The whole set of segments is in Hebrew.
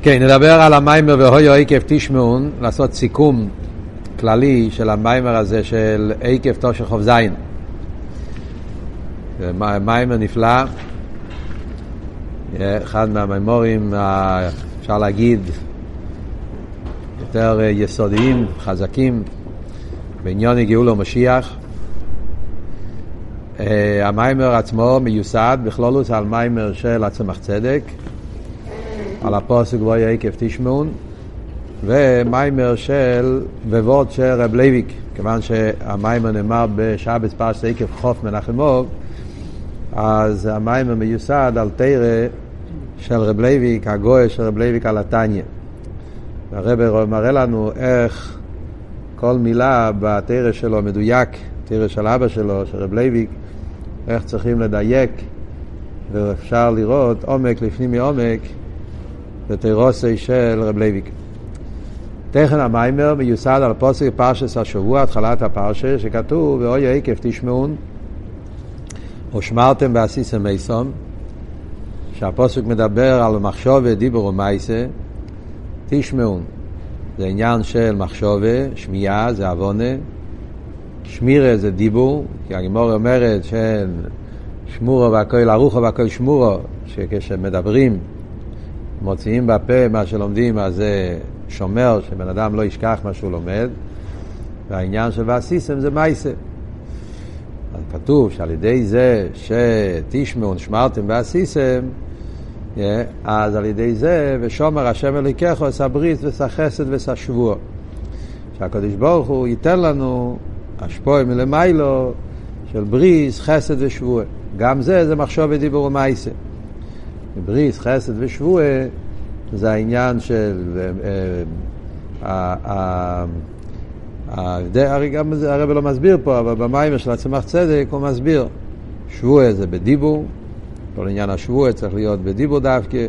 כן, נדבר על המיימר והויו עקב תשמעון, לעשות סיכום כללי של המיימר הזה של עקב תושך זין. מיימר נפלא, אחד מהמיימורים, אפשר להגיד, יותר יסודיים, חזקים, בעניין גאולה ומשיח. המיימר עצמו מיוסד בכללות על מיימר של הצמח צדק, על הפוסק ואויה עקב תשמעון, ומיימר של בוות של רב לייביק, כיוון שהמיימר נאמר בשבת פרשת עקב חוף מנחמוב, אז המיימר מיוסד על תורה של רב לייביק, הגוי של רב לייביק על התניא. הרב מראה לנו איך כל מילה בתורה שלו מדויק, תורה של אבא שלו, של רב לייביק, איך צריכים לדייק, ואפשר לראות עומק לפנים מעומק בתירוסי של רב לייביק. תכן המיימר מיוסד על פוסק פרשת השבוע, התחלת הפרשה, שכתוב ואויה עקב תשמעון ושמרתם בעשיסם מייסום, שהפוסק מדבר על מחשבה, דיבור ומייסה. תשמעון זה עניין של מחשבה, שמיעה זה עוונה, שמירה זה דיבור, כי הגמרא אומרת ששמורו והכל ארוחו והכל שמורו, שכשמדברים מוציאים בפה מה שלומדים, אז זה שומר שבן אדם לא ישכח מה שהוא לומד. והעניין של ועשיסם זה מייסה. אז כתוב שעל ידי זה שתשמעון שמרתם ועשיסם, אז על ידי זה ושומר השם אלוהיכם עשה ברית ועשה חסד ועשה שבוע, שהקדוש ברוך הוא ייתן לנו השפוע מלמיילו של ברית, חסד ושבוע. גם זה מחשבה, דיבור ומעשה. ברית, חסד ושבוע זה העניין של הרי גם הרב לא מסביר פה, אבל במיימר של הצמח צדק הוא מסביר. שבוע זה בדיבור, כל עניין השבוע צריך להיות בדיבור דווקא.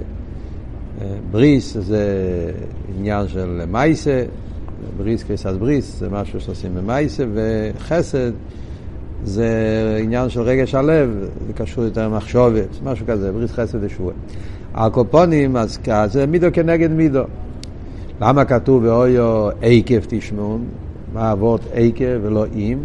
בריס זה עניין של מייסה, בריס כיסס בריס זה משהו שעושים במייסה, וחסד זה עניין של רגש הלב, זה קשור יותר למחשבת, משהו כזה, בריס חסד ושבוע. הקופונים, אז זה מידו כנגד מידו. למה כתוב באויו עקב תשמעון? מה עבוד עקב ולא אם?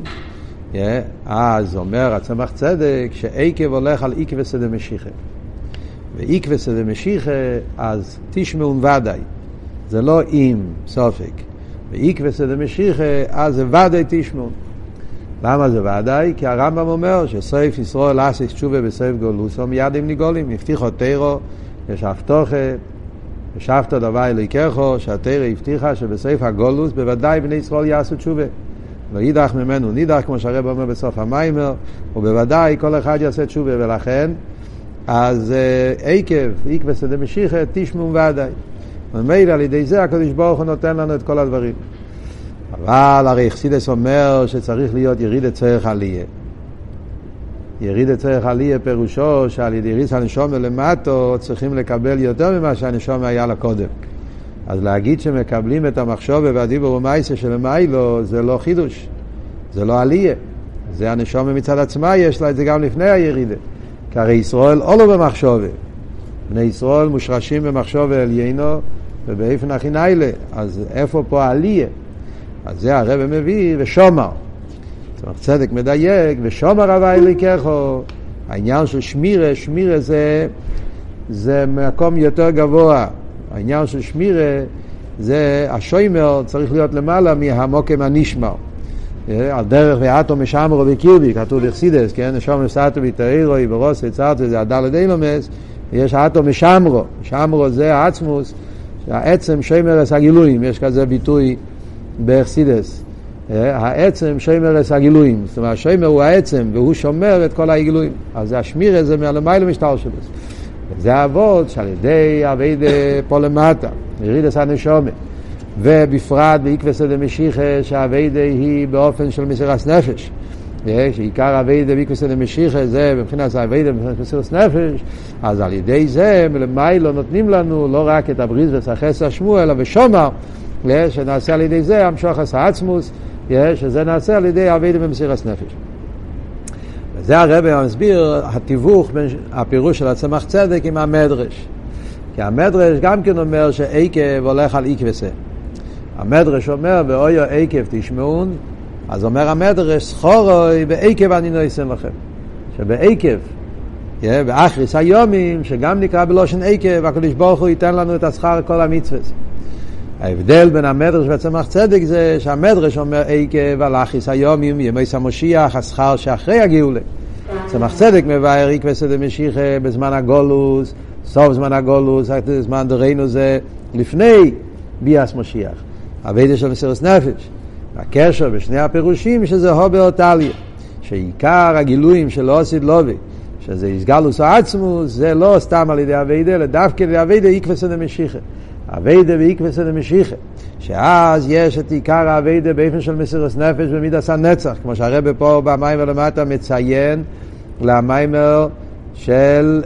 אז אומר הצמח צדק שעקב הולך על עקב וסד משיחה, ועקב וסד משיחה אז תשמעון ודאי, זה לא אם סופק, ועקב וסד משיחה אז זה ודאי תשמעון. למה זה ודאי? כי הרמב"ם אומר שסוף ישראל עשה תשובה בסוף גולוסו מיד הם ניגולים, הבטיחו תירו, יש הבטחה ושבת דבר אלוהיכם, שהתורה הבטיחה שבסוף הגולוס בוודאי בני ישראל יעשו תשובה, לא יידח ממנו נידח, כמו שהרב אומר בסוף המיימר, ובוודאי כל אחד יעשה תשובה. ולכן אז עקב וסד משיחה תשמעון ודאי, ומילא על ידי זה הקדוש ברוך הוא נותן לנו את כל הדברים. אבל הרי חסידס אומר שצריך להיות יריד צורך עלייה. יריד צורך עלייה פירושו שעל ידי יריד הנשמה למטו צריכים לקבל יותר ממה שהנשמה היה לה קודם. אז להגיד שמקבלים את המחשבה והדיבור ומעשה של מיילו זה לא חידוש, זה לא עלייה, זה הנשמה מצד עצמה, יש לה את זה גם לפני הירידה. כי הרי ישראל עולו במחשבה, בני ישראל מושרשים במחשבה עליינו ובאיפן הכי ניילה, אז איפה פה העלייה? אז זה הרב מביא ושומר, צדק מדייק, ושומר הווה אלוהיכם. העניין של שמירה זה מקום יותר גבוה. העניין של שמירה זה השומר צריך להיות למעלה מהמוקם הנשמר, על דרך ואתו משמרו וקירבי, כתוב בחסידס, כן? שומר סתו ביתאירו ברוס יצרתו, זה הדל דילומס, ויש אתו משמרו זה העצמוס, העצם שומר הגילויים, יש כזה ביטוי בחסידס, העצם שומר הגילויים, זאת אומרת השומר הוא העצם והוא שומר את כל הגילויים, אז השמירה זה מהלמיילו משטר שבס. זה העבוד שעל ידי עבד פה למטה, ירידס הנשמה, ובפרט בעקב וסד משיחה שהעבד היא באופן של מסירת נפש, שעיקר עבד בעקב וסד משיחה זה מבחינת העבד מבחינת מסירת נפש. אז על ידי זה מלמיילו נותנים לנו לא רק את הברית וסחס השמוע, אלא ושומר שנעשה על ידי זה המשוך העצמוס, שזה נעשה על ידי עבד במסירת נפש. וזה הרב מסביר התיווך בין הפירוש של הצמח צדק עם המדרש. כי המדרש גם כן אומר שעקב הולך על עקבסה. המדרש אומר ואויו עקב תשמעון, אז אומר המדרש סחורוי בעקב אני נויסן לכם, שבעקב באחריס היומים שגם נקרא בלושן עקב הקדוש ברוך הוא ייתן לנו את השכר כל המצוות. ההבדל בין המדרש וצמח צדק זה שהמדרש אומר עקב על אחריס היומים ימי המשיח השכר שאחרי הגאולה. צמח צדק מבאר עקבסא דמשיחא בזמן הגולוס, סוף זמן הגולוס, זמן דורנו זה לפני ביאס משיח, עבודה של מסירות נפש. הקשר בשני הפירושים שזה הובר טליה, שעיקר הגילויים של עושית לובי, שזה הסגלוס או עצמוס, זה לא סתם על ידי עבודה, אלא דווקא על ידי עבודה עקבסא דמשיחא. עבודה ועקבסא דמשיחא, שאז יש את עיקר העבודה באופן של מסירות נפש במידס הנצח, כמו שהרב פה במיימר למטה מציין למיימר של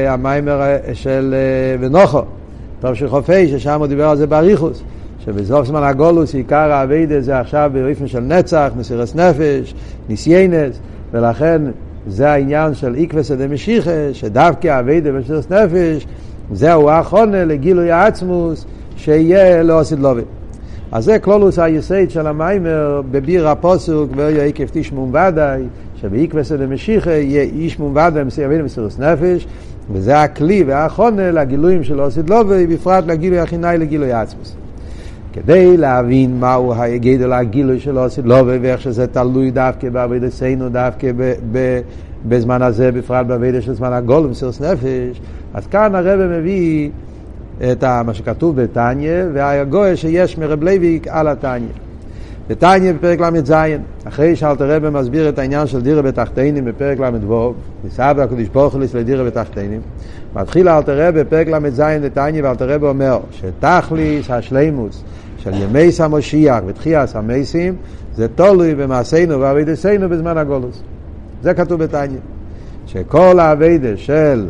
ונוחו, טוב של חופי, ששם הוא דיבר על זה באריכוס, שבסוף זמן הגולוס עיקר העבודה זה עכשיו באופן של נצח, מסירות נפש, ניסיינס, ולכן זה העניין של עקבסא דמשיחא, שדווקא העבודה במסירות נפש זהו האחרונה לגילוי העצמוס שיהיה לא עשית לובי. אז זה כלולוס היסוד של המיימר בביר הפוסוק ואויו עקב תשמעון ודאי, שבעקבסא דמשיחא יהיה אישמעון ודאי במסירות נפש, וזה הכלי והאחרונה לגילויים של לא עשית לובי, בפרט לגילוי הכינאי לגילוי העצמוס. כדי להבין מהו הגדול הגילוי של לא עשית לובי ואיך שזה תלוי דווקא בעבודתנו, דווקא בזמן הזה, בפרט בעבודה של זמן הגול ומסירות נפש, אז כאן הרב מביא את מה שכתוב בתניא והגוי שיש מרב לייביק על התניא. בתניא בפרק ל"ז, אחרי שאלתר רב מסביר את העניין של דירה בתחתינים בפרק ל"ו, ניסה הקדוש ברוך הוא לדירה בתחתינים, מתחיל אלתר רב בפרק ל"ז לתניא, ואלתר רב אומר שתכליס השלימוס של ימי המשיח ותחיית המתים זה תלוי במעשינו ועבודתנו בזמן הגולוס. זה כתוב בתניא, שכל העבודה של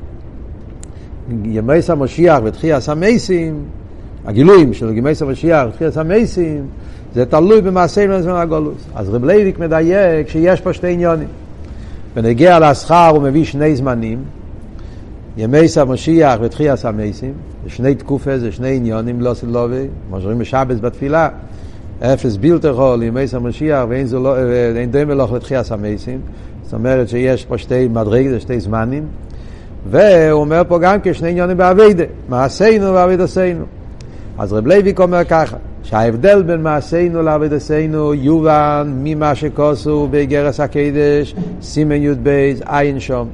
ימי המשיח ותחיית המתים, הגילויים של ימי המשיח ותחיית המתים, זה תלוי במעשינו בזמן הגולוס. אז רב לייביק מדייק שיש פה שתי עניונים. ונגיע לשכר הוא מביא שני זמנים, ימי המשיח ותחיית המתים, זה שני תקופה, זה שני עניונים, לא סלובי, כמו שרואים בשבת בתפילה, אפס בלתי יכול ימי המשיח ואין דומה לו לתחיית המתים. זאת אומרת שיש פה שתי מדרגות, זה שתי זמנים, והוא אומר פה גם כשני עניונים בעבודה, מעשינו ועבודתנו. אז רב לייביק אומר ככה, שההבדל בין מעשינו לעבודתנו יובן ממה שכוסו באיגרס הקדש סימן י"ב עין שום.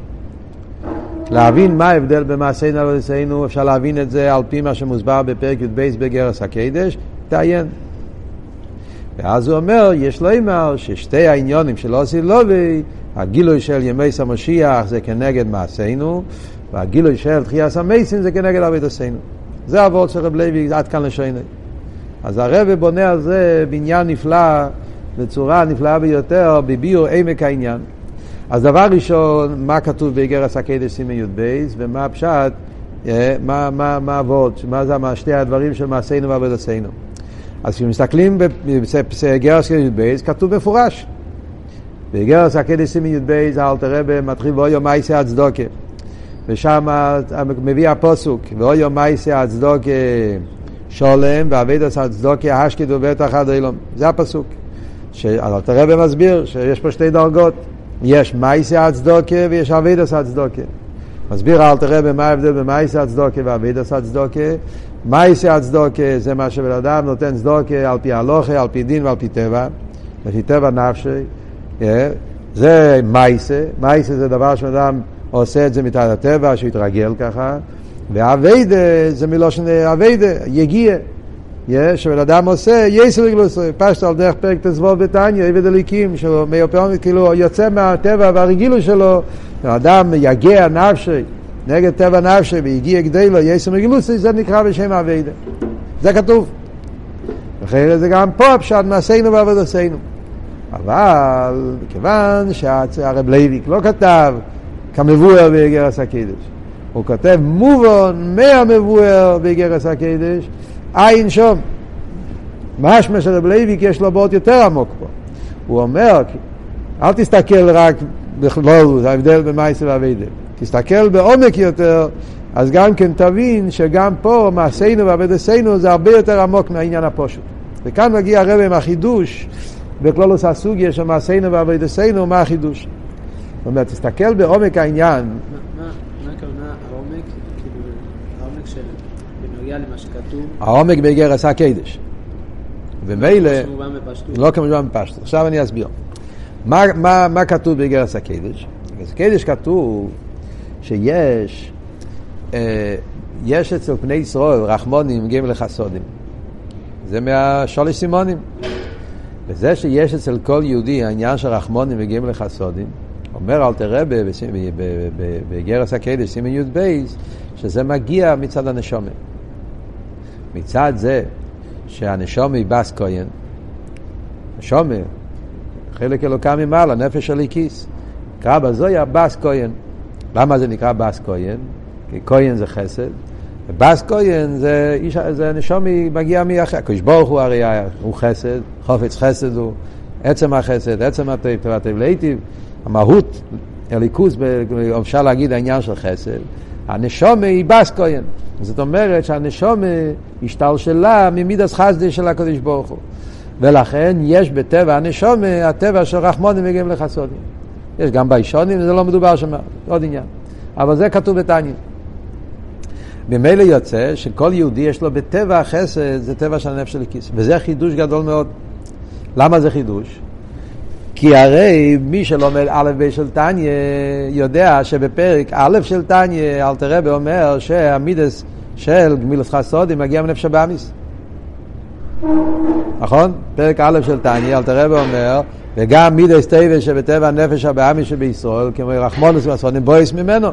להבין מה ההבדל בין מעשינו לעבודתנו, אפשר להבין את זה על פי מה שמוסבר בפרק י"ב באיגרס הקדש, תעיין. ואז הוא אומר, יש לו אמר ששתי העניונים של עושית לובי, הגילוי של ימי המשיח זה כנגד מעשינו, והגילוי של תחיית המתים זה כנגד עבודתנו. זה העבוד של רב לייביק עד כאן לשני. אז הרב בונה על זה בניין נפלא, בצורה נפלאה ביותר, בביור עמק העניין. אז דבר ראשון, מה כתוב באיגרס הקדש סימן י"ב, ומה הפשט, מה העבוד, מה זה שתי הדברים של מעשינו ועבודתנו. אז כשמסתכלים באיגרס הקדש י"ב, כתוב מפורש. באיגרס הקדש סימן י"ב, אלתר רב מתחיל ואויו מעשה הצדוקה. ושם מביא הפסוק, ואויו מעשה הצדוקה שולם, ועבודת הצדוקה השקט ובטח עד עולם. זה הפסוק. אלתר רב מסביר שיש פה שתי דרגות. יש מעשה הצדוקה ויש עבודת הצדוקה. מסביר אלתר רב מה ההבדל בין מעשה הצדוקה ועבודת הצדוקה. מעשה הצדוקה זה מה שבן אדם נותן צדוקה על פי הלכה, על פי דין ועל פי טבע. לפי טבע נפשי. זה מעשה. מעשה זה דבר שבן אדם עושה את זה מצד הטבע, שהתרגל ככה. והעבודה זה מלושן עבודה, יגיע. שבן אדם עושה, יסר רגלוס, פשט על דרך פרק תזבוב בתניא, עבד הליקים, כאילו יוצא מהטבע והרגילות שלו, האדם יגיע נפשי, נגד טבע נפשי, ויגיע כדי לו, יסר רגלוס, זה נקרא בשם עבודה. זה כתוב. לכן זה גם פה פשט מעשינו ועבודתנו. אבל כיוון שהרב לייביק לא כתב כמבואר באיגרס הקדש, הוא כותב מובן מהמבואר באיגרס הקדש עין שום. משמע שרב לייביק יש לו בעוד יותר עמוק פה. הוא אומר, אל תסתכל רק בכללות, ההבדל בין מעשה ועבודה. תסתכל בעומק יותר אז גם כן תבין שגם פה מעשינו ועבודתנו זה הרבה יותר עמוק מהעניין הפשוט. וכאן מגיע הרב עם החידוש בכלולוס הסוגיה של מעשינו ועבודתנו, מה החידוש? זאת אומרת, תסתכל בעומק העניין. מה הכוונה העומק? כאילו, העומק של בנוגע למה שכתוב? העומק באיגרס הקודש. ומילא, לא כמובן בפשטות. עכשיו אני אסביר. מה כתוב באיגרס הקודש? באיגרס הקודש כתוב שיש אצל פני ישראל רחמונים ג' לחסודים. זה מהשלוש סימונים. וזה שיש אצל כל יהודי העניין של רחמונים וג' לחסודים, אומר אלתר רבי באיגרס הקודש סימן י' בייס, שזה מגיע מצד הנשמה. מצד זה שהנשמה היא בס כהן, נשמה חלק אלוקה ממעלה, נפש הליקיס, נקרא בזויה בס כהן. למה זה נקרא בס כהן? כי כהן זה חסד, ובס כהן זה נשמה מגיע מאחר. הקדוש ברוך הוא הרי הוא חסד, חופץ חסד הוא עצם החסד, עצם הטוב, תורת להיטיב, המהות הליכוס, אפשר להגיד העניין של חסד. הנשמה היא בס כהן, זאת אומרת שהנשמה השתלשלה ממידס חסדי של הקדוש ברוך הוא, ולכן יש בטבע הנשמה הטבע של רחמונים וג' לחסודים. יש גם בישונים, זה לא מדובר שם, עוד עניין, אבל זה כתוב בתניא. במילא יוצא שכל יהודי יש לו בטבע החסד, זה טבע של הנפש הליקיס, וזה חידוש גדול מאוד. למה זה חידוש? כי הרי מי שלומד א' ב' של תניא יודע שבפרק א' של תניא אלתר רבי אומר שהמידס של גמילות חסודים מגיע מנפש הבאמיס. נכון? פרק א' של תניא אלתר רבי אומר וגם מידס טבע שבטבע הנפש הבאמיס שבישראל כמו רחמונוס וחסודים בויס ממנו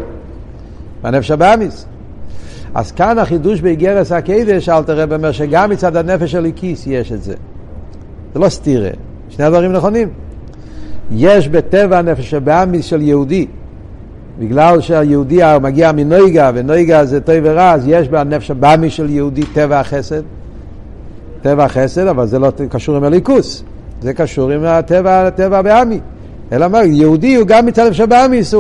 מהנפש הבאמיס. אז כאן החידוש באיגרס הקודש אלתר רבי אומר שגם מצד הנפש הליקיס יש את זה. זה לא סתירה, שני הדברים נכונים. יש בטבע הנפש הבאמיס של יהודי, בגלל שהיהודי מגיע מנויגה, ונויגה זה טוב ורע, אז יש בנפש הבאמיס של יהודי טבע החסד. טבע החסד, אבל זה לא קשור עם הליכוס, זה קשור עם הטבע הבאמי. אלא מה, יהודי הוא גם מצד הנפש הבאמיס,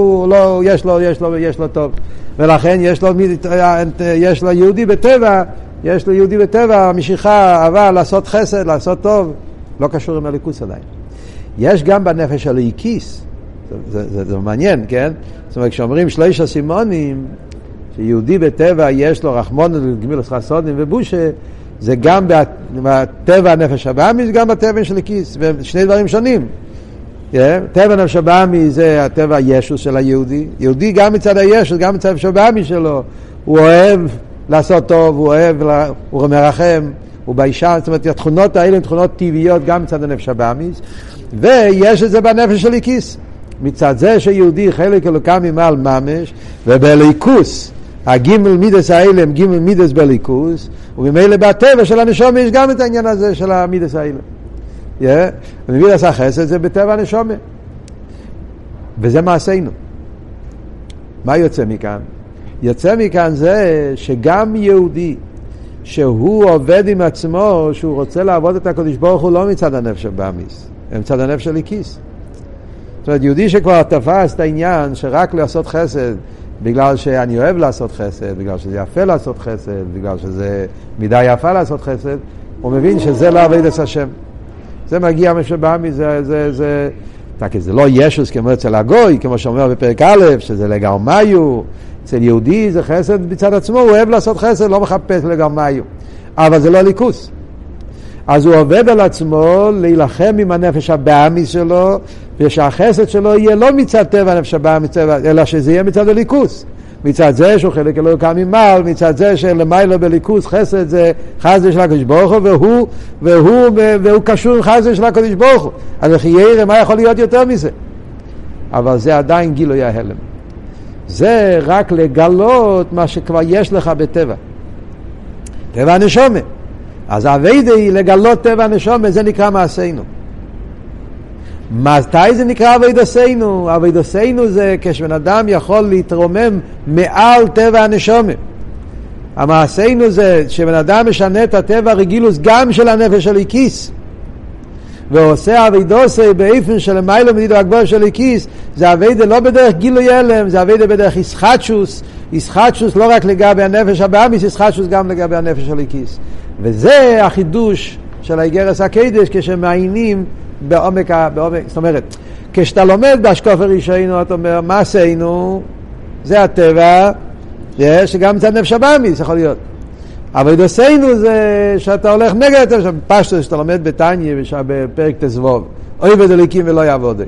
יש לו טוב. ולכן יש לו יהודי בטבע, יש לו יהודי בטבע, משיכה, אהבה, לעשות חסד, לעשות טוב, לא קשור עם הליכוס עדיין. יש גם בנפש הליקיס, זה מעניין, כן? זאת אומרת, כשאומרים שלוש הסימונים, שיהודי בטבע יש לו רחמון, גמילות חסודים ובושה, זה גם בטבע הנפש הבאמי, זה גם בטבע של הליקיס, ושני דברים שונים. טבע הנפש הבאמי זה הטבע הישוס של היהודי, יהודי גם מצד הישוס, גם מצד הנפש הבאמי שלו, הוא אוהב לעשות טוב, הוא מרחם, הוא באישה, זאת אומרת, התכונות האלה הן תכונות טבעיות גם מצד הנפש הבאמיס, ויש את זה בנפש של הליקיס. מצד זה שיהודי חלק אלוקה ממעל ממש, ובליכוס, הגימל מידס האלה הם גימל מידס בליכוס, ובמילא בטבע של הנשמה יש גם את העניין הזה של המידס האלה. ומידס החסד זה בטבע הנשמה. וזה מעשינו. מה יוצא מכאן? יוצא מכאן זה שגם יהודי, שהוא עובד עם עצמו, שהוא רוצה לעבוד את הקדוש ברוך הוא לא מצד הנפש הבאמיס, אלא מצד הנפש הליקיס. זאת אומרת, יהודי שכבר תפס את העניין שרק לעשות חסד, בגלל שאני אוהב לעשות חסד, בגלל שזה יפה לעשות חסד, בגלל שזה מידה יפה לעשות חסד, הוא מבין שזה לא עבודת השם. זה מגיע הנפש הבאמיס, זה לא ישוס כמו אצל הגוי, כמו שאומר בפרק א', שזה לגרמיו. אצל יהודי זה חסד בצד עצמו, הוא אוהב לעשות חסד, לא מחפש לגרמיו. אבל זה לא ליכוס. אז הוא עובד על עצמו להילחם עם הנפש הבאמיס שלו, ושהחסד שלו יהיה לא מצד טבע הנפש הבאמיס, אלא שזה יהיה מצד הליכוס. מצד זה שהוא חלק אלוקה ממעל, מצד זה שלמעלה בליכוס חסד זה חסד של הקדוש ברוך הוא, והוא קשור עם חסד של הקדוש ברוך הוא. אז לחיירה, מה יכול להיות יותר מזה? אבל זה עדיין גילוי ההלם. זה רק לגלות מה שכבר יש לך בטבע. טבע הנשמה. אז העבודה היא לגלות טבע הנשמה, זה נקרא מעשינו. מתי זה נקרא עבודתנו? עבודתנו זה כשבן אדם יכול להתרומם מעל טבע הנשמה. המעשינו זה שבן אדם משנה את הטבע הרגילות גם של הנפש הליקיס. ועושה עבודתו באופן של מיילו מדידו הגבוה של הליקיס, זה עבודה לא בדרך גילוי הלם, זה עבודה בדרך ישחטשוס, ישחטשוס לא רק לגבי הנפש הבאמיס, ישחטשוס גם לגבי הנפש הליקיס. וזה החידוש של האיגרס הקדש כשמעיינים בעומק, זאת אומרת, כשאתה לומד בהשקוף הראשון, אתה אומר, מה עשינו? זה הטבע, שגם מצד נפש הבאמיס יכול להיות. אבל עשינו זה שאתה הולך נגד הטבע, פשטו שאתה לומד בתניא, בפרק תזבוב, אוי בדליקים ולא יעבודי.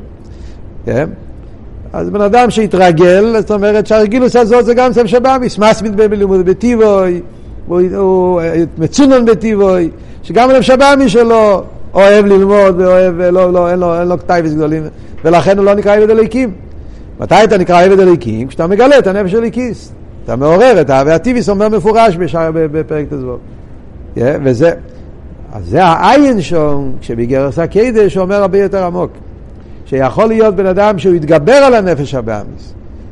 אז בן אדם שהתרגל, זאת אומרת שהרגילוס הזאת זה גם נפש הבאמיס, מסמית בלימוד בטיבוי, הוא מצונן בטיבוי, שגם הנפש הבאמיס שלו אוהב ללמוד ואוהב, אין לו טייבס גדולים, ולכן הוא לא נקרא עבד הליקים. מתי אתה נקרא עבד הליקים? כשאתה מגלה את הנפש הליקיס. אתה מעורר את והטיביס אומר מפורש בפרק תזבוב. וזה, אז זה העין שום, כשבגרס הקדש הוא אומר הרבה יותר עמוק. שיכול להיות בן אדם שהוא יתגבר על הנפש הבאמיס,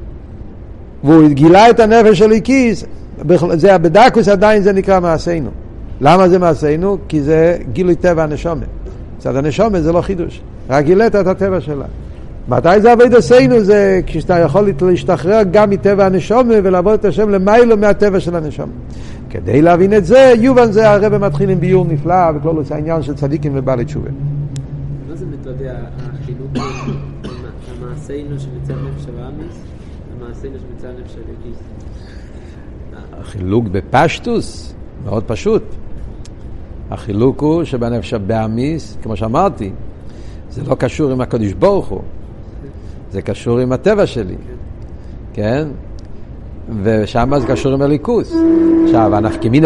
והוא גילה את הנפש הליקיס, זה בדקוס עדיין זה נקרא מעשינו. למה זה מעשינו? כי זה גילוי טבע הנשומת. מצד הנשומת זה לא חידוש, רק גילית את הטבע שלה. מתי זה עבוד עשינו? זה כשאתה יכול להשתחרר גם מטבע הנשומת ולעבוד את השם למיילו מהטבע של הנשומת. כדי להבין את זה, יובן זה הרב מתחיל עם ביור נפלא וכלול עושה העניין של צדיקים ובעלי תשובה. מה זה מתודע החילוק המעשינו שמצד נפש הבאמיס המעשינו שמצד נפש הליקיס? החילוק בפשטוס מאוד פשוט. החילוק הוא שבנפש הבאמיס, כמו שאמרתי, זה לא קשור עם הקדוש ברוך הוא, זה קשור עם הטבע שלי, כן? ושם זה קשור עם הליכוס. עכשיו, הנפקמינה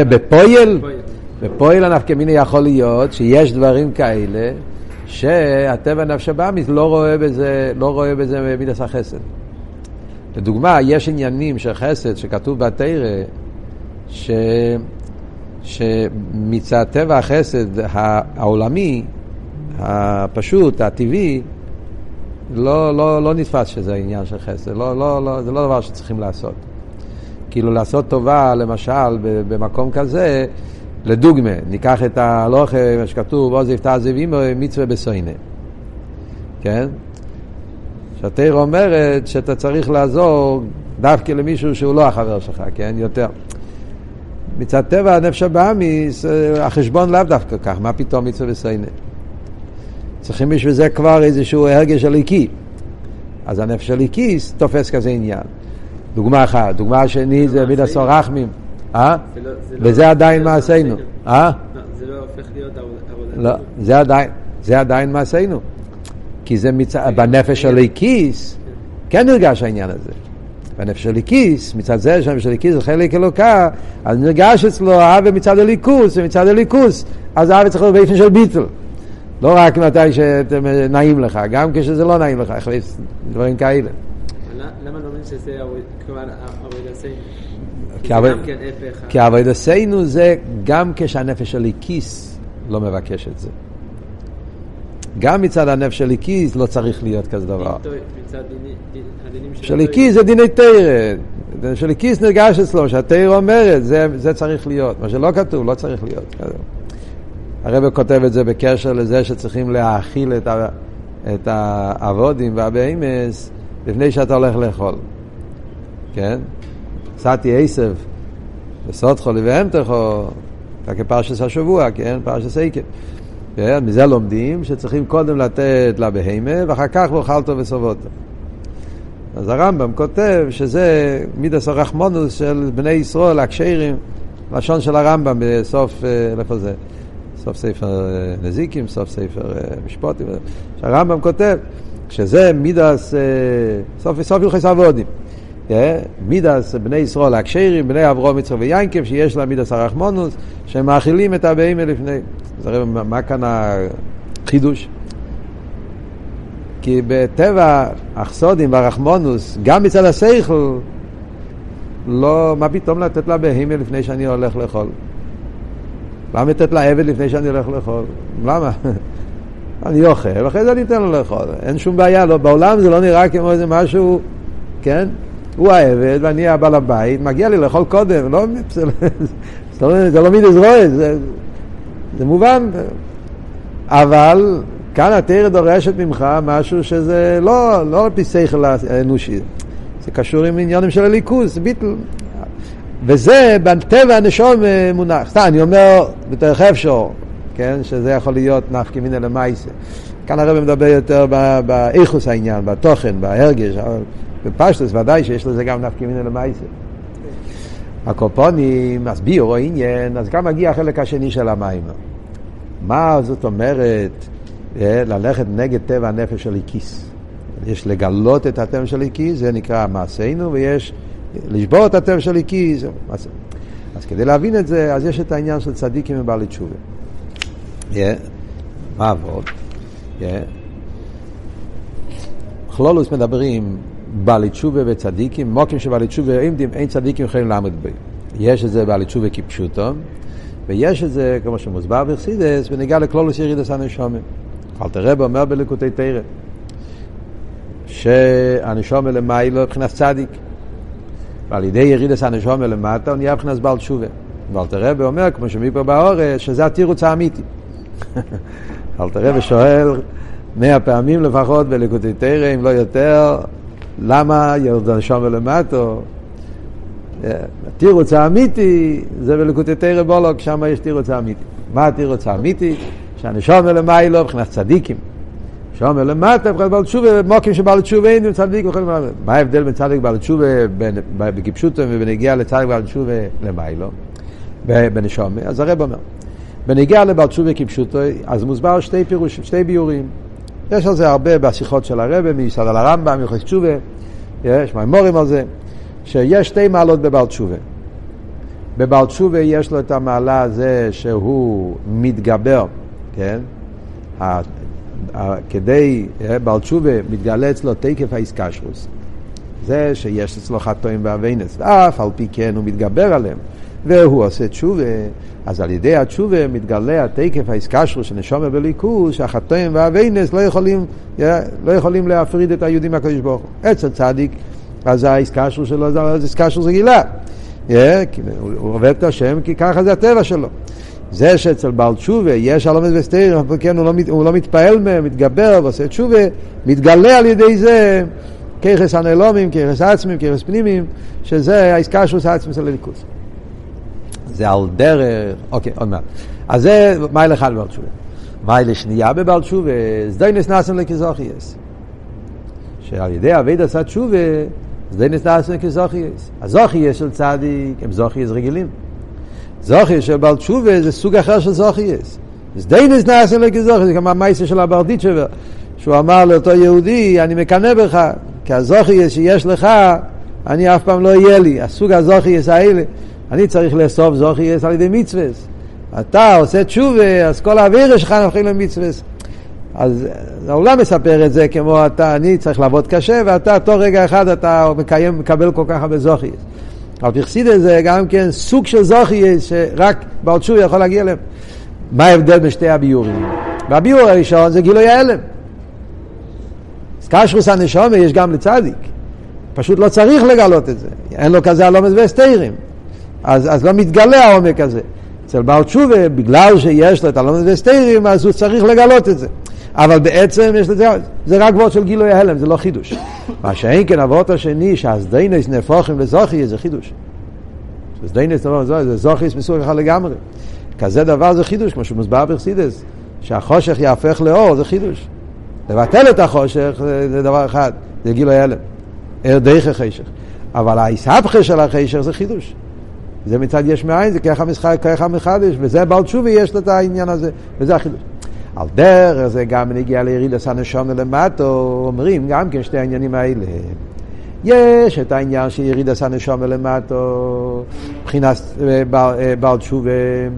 בפועל הנפקמינה יכול להיות שיש דברים כאלה שהטבע נפש הבאמיס לא רואה בזה מידס החסד. לדוגמה, יש עניינים של חסד שכתוב בתורה שמצד טבע החסד העולמי הפשוט, הטבעי, לא נתפס שזה העניין של חסד. זה לא דבר שצריכים לעשות. כאילו לעשות טובה, למשל, במקום כזה, לדוגמה, ניקח את ההלוכה, מה שכתוב, עוז יפתח זיבים, מצווה בסוינה. כן? שהתורה אומרת שאתה צריך לעזור דווקא למישהו שהוא לא החבר שלך, כן? יותר. מצד טבע הנפש הבאמיס, החשבון לאו דווקא כך, מה פתאום מצווה בסוינה? צריכים בשביל זה כבר איזשהו הרגש הליקי. אז הנפש הליקיס תופס כזה עניין. דוגמה אחת. דוגמה שני זה מידס הרחמים. וזה עדיין מעשינו. זה לא הופך להיות עבודה. לא, זה עדיין מעשינו. כי זה בנפש הליקיס כן נרגש העניין הזה. בנפש הליקיס, מצד זה שהנפש הליקיס זה חלק אלוקה, אז נרגש אצלו אהבה מצד הליכוס, ומצד הליכוס, אז אהבה צריך להיות באופן של ביטל. לא רק מתי שנעים לך, גם כשזה לא נעים לך, החליף דברים כאלה. למה לא אומרים שזה כבר עבוד עשינו? כי עבוד עשינו זה גם כשהנפש הליקיס לא מבקש את זה. גם מצד הנפש הליקיס לא צריך להיות כזה דבר. שליקיס זה דיני תורה. שליקיס נרגש אצלו, שהתורה אומרת, זה צריך להיות. מה שלא כתוב, לא צריך להיות. הרב כותב את זה בקשר לזה שצריכים להאכיל את העבודים והבהמס לפני שאתה הולך לאכול. כן? סעתי עשב וסודכו לבהמתכו, כפרשת השבוע, כן? פרשת עקב. כן? מזה לומדים שצריכים קודם לתת לבהמה ואחר כך ואכלתו וסובותו. אז הרמב"ם כותב שזה מידס הרחמונוס של בני ישראל, הקשרים, לשון של הרמב"ם בסוף, איפה זה? סוף ספר נזיקים, סוף ספר משפוטים. שהרמב"ם כותב שזה מידס, סוף הלכות עבודים. מידס בני ישראל הקשרים, בני אברהם יצחק ויעקב, שיש לה מידס הרחמונוס, שהם מאכילים את הבהמה לפני. אז הרי מה כאן החידוש? כי בטבע החסודים והרחמונוס, גם מצד השכל, לא, מה פתאום לתת לה בהמה לפני שאני הולך לאכול? למה לתת לה עבד לפני שאני הולך לאכול? למה? אני אוכל, ואחרי זה אני אתן לו לאכול. אין שום בעיה, לא, בעולם זה לא נראה כמו איזה משהו, כן? הוא העבד ואני הבעל הבית, מגיע לי לאכול קודם, לא, זה לא מידס רואה, זה מובן. אבל כאן התורה דורשת ממך משהו שזה לא על פי שכל האנושי. זה קשור עם עניינים של הליכוז, ביטל. וזה בטבע הנשום מונח. סתם, אני אומר בתוך אפשר, כן, שזה יכול להיות נפקא מינה למעשה. כאן הרב מדבר יותר באיכוס העניין, בתוכן, בהרגש, בפשטוס ודאי שיש לזה גם נפקא מינה למעשה. הקופונים, מסביר או עניין, אז גם מגיע החלק השני של המים. מה זאת אומרת ללכת נגד טבע הנפש של איקיס? יש לגלות את הטבע של איקיס, זה נקרא מעשינו, ויש לשבור את הטבע של איקיס. אז כדי להבין את זה, אז יש את העניין של צדיקים ובעלי תשובה. מה עבוד? כלולוס מדברים בעלי תשובה וצדיקים, מוקים שבעלי תשובה אין צדיקים יכולים לעמוד בהם. יש את זה בעלי תשובה כפשוטו, ויש את זה, כמו שמוסבר בחסידות, ונגיע לכלולוס ירידס הנשמה. אלתר רבי אומר בליקוטי תורה, שהנשמה למיילו מבחינת צדיק, ועל ידי ירידס הנשמה למטה הוא נהיה מבחינת בעל תשובה. ואלתר רבי אומר, כמו שמפה באורש, שזה התירוץ האמיתי. אלתר רבי שואל 100 פעמים לפחות בליקוטי תורה, אם לא יותר, למה ירד הנשמה למטה? התירוץ האמיתי זה בליקוטי תורה בולוק, שם יש תירוץ האמיתי. מה התירוץ האמיתי? שהנשמה למיילו מבחינת צדיקים. נשמה למטה מבחינת בעל תשובה, מוקים שבעל תשובה אין צדיק וכו'. מה ההבדל בין צדיק בעל תשובה בקיפשוטו ובנגיע לצדיק בעל תשובה למיילו? בנשמה. אז הרב אומר, בנגיע לבעל תשובה כפשוטו, אז מוסבר שתי פירושים, שתי ביורים. יש על זה הרבה בשיחות של הרב, מיסוד על הרמב"ם, מיוחס תשובה, יש מאמרים על זה, שיש שתי מעלות בבעל תשובה. בבעל תשובה יש לו את המעלה הזה שהוא מתגבר, כן? כדי, בעל תשובה מתגלה אצלו תקף האיסקשרוס. זה שיש אצלו חטאים ואבינס, ואף על פי כן הוא מתגבר עליהם, והוא עושה תשובה, אז על ידי התשובה מתגלה התקף האיסקשרוס של נשמה בליכוז, שהחטאים ואבינס לא יכולים להפריד את היהודים מהקדוש ברוך הוא. אצל צדיק, אז האיסקשרוס שלו זה איסקשרוס רגילה. הוא עובד את השם כי ככה זה הטבע שלו. זה שאצל בעל תשובה יש הלומד וסתיר, כן, הוא לא מתפעל מהם, מתגבר ועושה תשובה, מתגלה על ידי זה כיחס הנעלומים, כיחס עצמים, כיחס פנימיים, שזה האיסקשרוס העצמי של הליכוז. זה על דרך, אוקיי, עוד מעט. אז זה מייל אחד בבעל תשובה. מייל שנייה בבעל תשובה, זדיינס נעשם לכזוכייס. שעל ידי עבודת התשובה, זדיינס נעשם לכזוכייס. הזוכייס של צדיק הם זוכייס רגילים. זוכייס של בעל תשובה זה סוג אחר של זוכייס. זדיינס נעשם לכזוכייס, זה כמו המייסר של הברדיצ'בר, שהוא אמר לאותו יהודי, אני מקנא בך, כי הזוכייס שיש לך, אני אף פעם לא יהיה לי. הסוג הזוכייס האלה, אני צריך לאסוף זוכייס על ידי מצווס. אתה עושה תשובה, אז כל האוויר שלך נופכים למצווס. אז העולם מספר את זה כמו אני צריך לעבוד קשה, ואתה תוך רגע אחד אתה מקבל כל כך הרבה זוכייס. אבל בחסידות זה גם כן סוג של זוכייס שרק בעל תשובה יכול להגיע להם. מה ההבדל בין שתי הביורים? והביור הראשון זה גילוי ההלם. קשרוס הנשמה יש גם לצדיק. פשוט לא צריך לגלות את זה. אין לו כזה הלומד והסתירים. אז לא מתגלה העומק הזה. אצל בעל תשובה, בגלל שיש לו את הלומד והסתירים, אז הוא צריך לגלות את זה. אבל בעצם יש לזה, זה רק וורט של גילוי ההלם, זה לא חידוש. מה שאין כן הוורט השני, שהזדיינס נהפכים לזוכי, זה חידוש. הזדיינס זה זוכי מסוג אחד לגמרי. כזה דבר זה חידוש, כמו שמוסבר בחסידות, שהחושך יהפך לאור, זה חידוש. לבטל את החושך זה דבר אחד, זה גילוי ההלם. דרך החשך. אבל ההיסהפכה של החשך זה חידוש. זה מצד יש מאין, זה ככה מחדש, וזה בעל תשובה יש לו את העניין הזה, וזה החידוש. על דרך זה גם נגיע לירידס הנשמה למטו, אומרים גם כן שתי העניינים האלה. יש את העניין של ירידס הנשמה למטו, מבחינת בעל תשובה,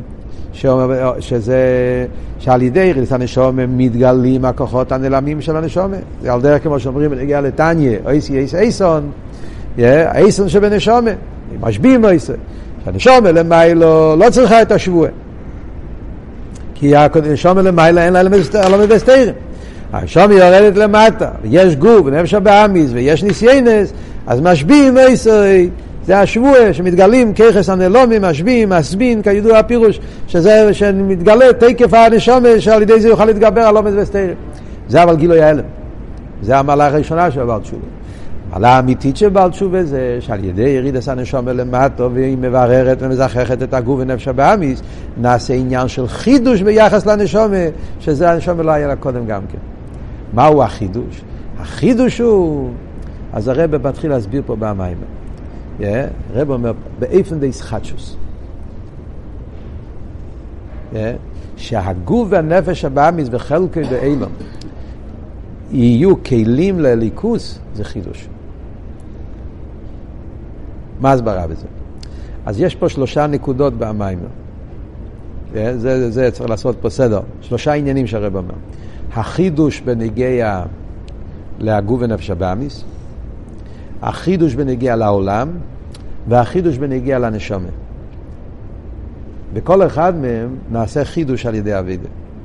שזה, שעל ידי ירידס הנשמה מתגלים הכוחות הנעלמים של הנשמה. זה על דרך כמו שאומרים, נגיע לתניה, אייס אייסון, אייסון שבנשמה, משביעים אייסון. שהנשמה למיילו לא צריכה את השבועה. כי הנשמה למיילו אין לה אלמד וסתירים. הנשמה יורדת למטה, ויש גוף, ונפש הבאמיס, ויש ניסיינס, אז משביעים אייסוי, זה השבועה שמתגלים כיחס הנעלומים, משביעים, מסבין, כידוע הפירוש, שזה שמתגלה תקף הנשמה, שעל ידי זה יוכל להתגבר על אלמד וסתירים. זה אבל גילוי ההלם. זה המעלה הראשונה של בעל תשובה. המעלה האמיתית של בעל תשובה זה שעל ידי ירידת הנשמה למטה והיא מבררת ומזככת את הגוף ונפש הבאמיס, נעשה עניין של חידוש ביחס לנשמה, שזה הנשמה לא היה לה קודם גם כן. מהו החידוש? החידוש הוא, אז הרב מתחיל להסביר פה במים. הרב אומר, באיפן דייס חדשוס. שהגוף והנפש הבאמיס וחלקי באילם יהיו כלים לליכוס, זה חידוש. מה הסברה בזה? אז יש פה 3 נקודות במים. זה צריך לעשות פה סדר. 3 עניינים שהרב אומר. החידוש בנגיע להגוף ונפש הבאמיס, החידוש בנגיע לעולם, והחידוש בנגיע לנשמה. בכל אחד מהם נעשה חידוש על ידי עבודה.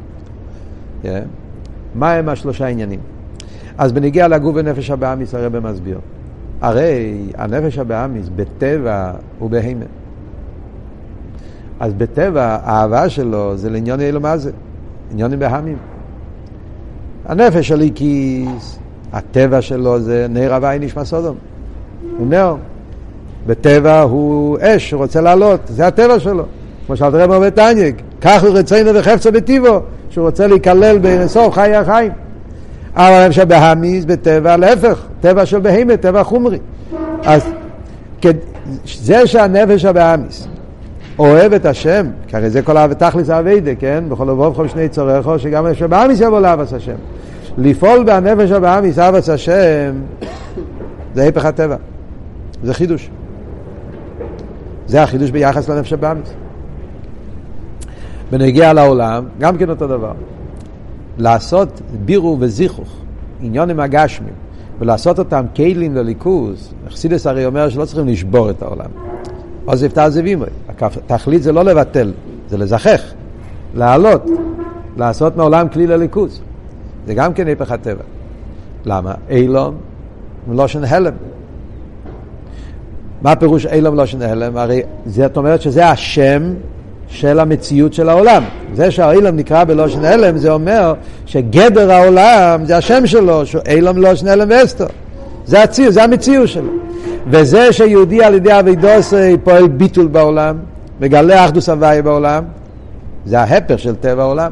מה הם 3 עניינים? אז בנגיע לגוף ונפש הבאמיס הרב מסביר. הרי הנפש הבאמיס בטבע הוא בהימה. אז בטבע האהבה שלו זה לעניון אלו מה זה? עניונים בהמים. הנפש שלי כיס, הטבע שלו זה נר הווי נשמע סודום. הוא נר. בטבע הוא אש, הוא רוצה לעלות, זה הטבע שלו. כמו שאלת רב אומר בתניא, כך הוא רצינו וחפצו בטיבו, שהוא רוצה להיכלל בסוף חיי החיים. אבל הנפש הבאמיס בטבע להפך, טבע של בהמה, טבע חומרי. אז זה שהנפש הבאמיס אוהב את השם, כי הרי זה כל תכלס העבודה, כן? בכל לבבכם שני צורכו, שגם הנפש הבאמיס יבוא לאהבת השם. לפעול בנפש הבאמיס אהבת השם, זה היפך הטבע. זה חידוש. זה החידוש ביחס לנפש הבאמיס. בנגיע לעולם, גם כן אותו דבר. לעשות בירור וזיכוך, עניונים הגשמים, ולעשות אותם כלים לליכוז. חסידס הרי אומר שלא צריכים לשבור את העולם. אז יפתח זבימוי. התכלית זה לא לבטל, זה לזכך, לעלות, לעשות מעולם כלי לליכוז. זה גם כן היפך הטבע. למה? אילום מלושן הלם. מה פירוש אילום מלושן הלם? הרי זאת אומרת שזה השם של המציאות של העולם. זה שהאילם נקרא בלושן הלם, זה אומר שגדר העולם זה השם שלו, שהוא אילם לושן הלם ואסתר. זה המציאות שלו. וזה שיהודי על ידי אבידוס פועל ביטול בעולם, מגלה אחדוס הוואי בעולם, זה ההפך של טבע העולם.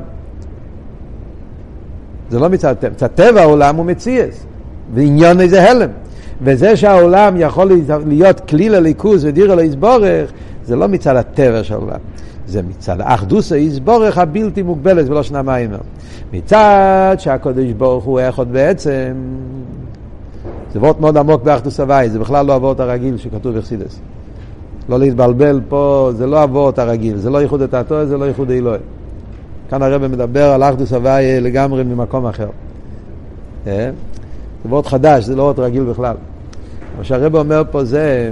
זה לא מצד טבע. מצד טבע העולם הוא מציאס, ועניין איזה הלם. וזה שהעולם יכול להיות כלי לליכוז ודירה להסבורך, זה לא מצד הטבע של העולם. זה מצד האחדוס ההסבורך הבלתי מוגבלת ולא שנה מיימר. מצד שהקדוש ברוך הוא אחד בעצם, זה וורט מאוד עמוק באחדוס הוואי, זה בכלל לא הוורט הרגיל שכתוב בחסידס. לא להתבלבל פה, זה לא הוורט הרגיל, זה לא ייחוד את התורה, זה לא ייחוד אלוהי. כאן הרב מדבר על אחדוס הוואי לגמרי ממקום אחר. זה וורט חדש, זה לא וורט רגיל בכלל. מה שהרב אומר פה זה